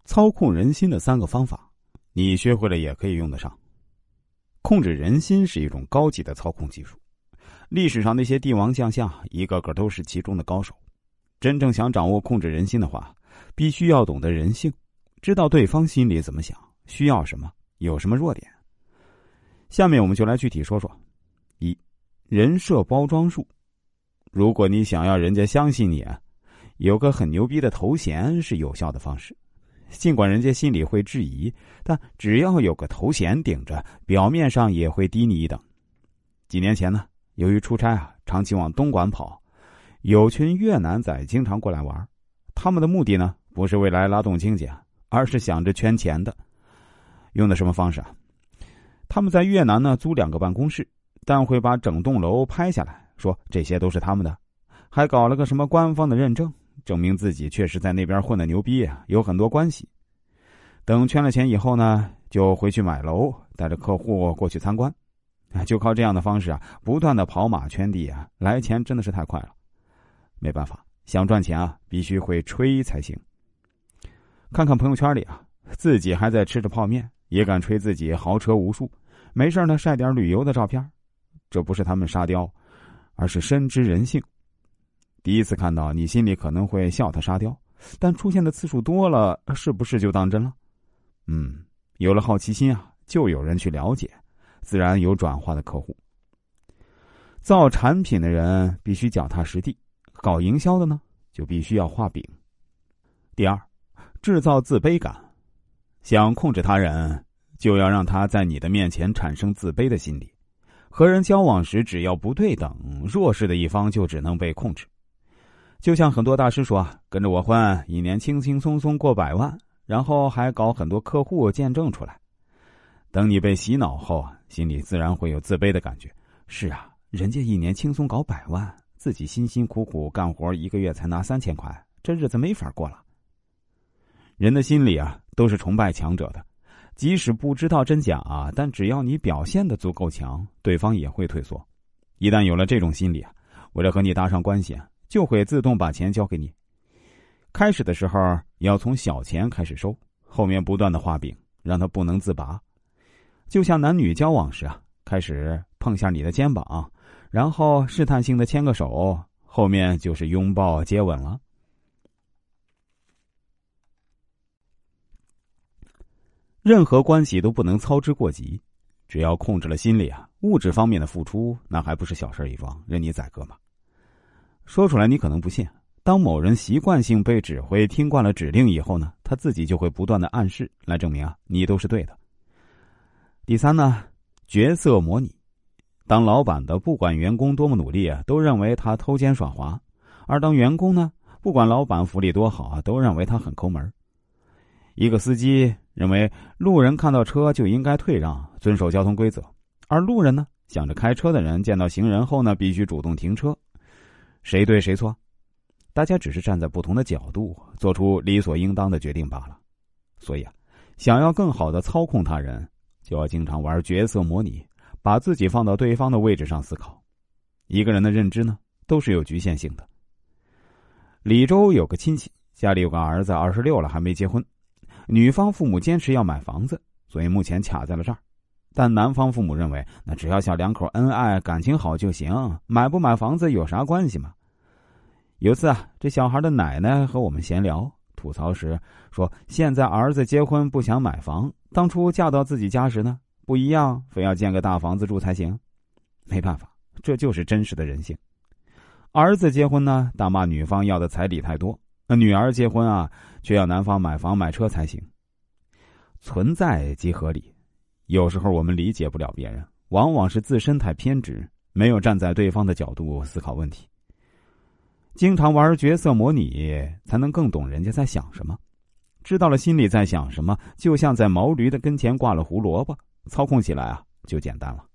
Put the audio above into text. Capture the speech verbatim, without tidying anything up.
操控人心的三个方法，你学会了也可以用得上。控制人心是一种高级的操控技术，历史上那些帝王将相一个个都是其中的高手。真正想掌握控制人心的话，必须要懂得人性，知道对方心里怎么想，需要什么，有什么弱点。下面我们就来具体说说。一、人设包装术。如果你想要人家相信你啊，有个很牛逼的头衔是有效的方式。尽管人家心里会质疑，但只要有个头衔顶着，表面上也会低你一等。几年前呢，由于出差啊，长期往东莞跑，有群越南仔经常过来玩。他们的目的呢，不是为来拉动经济，而是想着圈钱的。用的什么方式啊？他们在越南呢租两个办公室，但会把整栋楼拍下来，说这些都是他们的，还搞了个什么官方的认证，证明自己确实在那边混得牛逼啊，有很多关系。等圈了钱以后呢，就回去买楼，带着客户过去参观。就靠这样的方式啊，不断的跑马圈地啊，来钱真的是太快了。没办法，想赚钱啊，必须会吹才行。看看朋友圈里啊，自己还在吃着泡面，也敢吹自己豪车无数，没事呢晒点旅游的照片。这不是他们沙雕，而是深知人性。第一次看到，你心里可能会笑他沙雕，但出现的次数多了，是不是就当真了？嗯，有了好奇心啊，就有人去了解，自然有转化的客户。造产品的人必须脚踏实地，搞营销的呢，就必须要画饼。第二，制造自卑感。想控制他人，就要让他在你的面前产生自卑的心理。和人交往时，只要不对等，弱势的一方就只能被控制。就像很多大师说啊，跟着我混，一年轻轻松松过百万，然后还搞很多客户见证出来。等你被洗脑后啊，心里自然会有自卑的感觉。是啊，人家一年轻松搞百万，自己辛辛苦苦干活一个月才拿三千块，这日子没法过了。人的心里啊，都是崇拜强者的，即使不知道真假啊，但只要你表现得足够强，对方也会退缩。一旦有了这种心理啊，为了和你搭上关系啊，就会自动把钱交给你。开始的时候要从小钱开始收，后面不断的画饼，让他不能自拔。就像男女交往时啊，开始碰下你的肩膀，然后试探性的牵个手，后面就是拥抱接吻了。任何关系都不能操之过急，只要控制了心理啊，物质方面的付出那还不是小事一桩，任你宰割嘛。说出来你可能不信，当某人习惯性被指挥，听惯了指令以后呢，他自己就会不断的暗示来证明啊，你都是对的。第三呢，角色模拟。当老板的不管员工多么努力啊，都认为他偷奸耍滑；而当员工呢，不管老板福利多好啊，都认为他很抠门。一个司机认为路人看到车就应该退让，遵守交通规则，而路人呢，想着开车的人见到行人后呢，必须主动停车。谁对谁错？大家只是站在不同的角度，做出理所应当的决定罢了。所以啊，想要更好的操控他人，就要经常玩角色模拟，把自己放到对方的位置上思考。一个人的认知呢，都是有局限性的。李州有个亲戚，家里有个儿子二十六了还没结婚，女方父母坚持要买房子，所以目前卡在了这儿。但男方父母认为，那只要小两口恩爱感情好就行，买不买房子有啥关系嘛。有次啊，这小孩的奶奶和我们闲聊，吐槽时说，现在儿子结婚不想买房，当初嫁到自己家时呢，不一样，非要建个大房子住才行。没办法，这就是真实的人性。儿子结婚呢，大骂女方要的彩礼太多，那女儿结婚啊，却要男方买房买车才行。存在即合理，有时候我们理解不了别人，往往是自身太偏执，没有站在对方的角度思考问题。经常玩角色模拟，才能更懂人家在想什么。知道了心里在想什么，就像在毛驴的跟前挂了胡萝卜，操控起来啊，就简单了。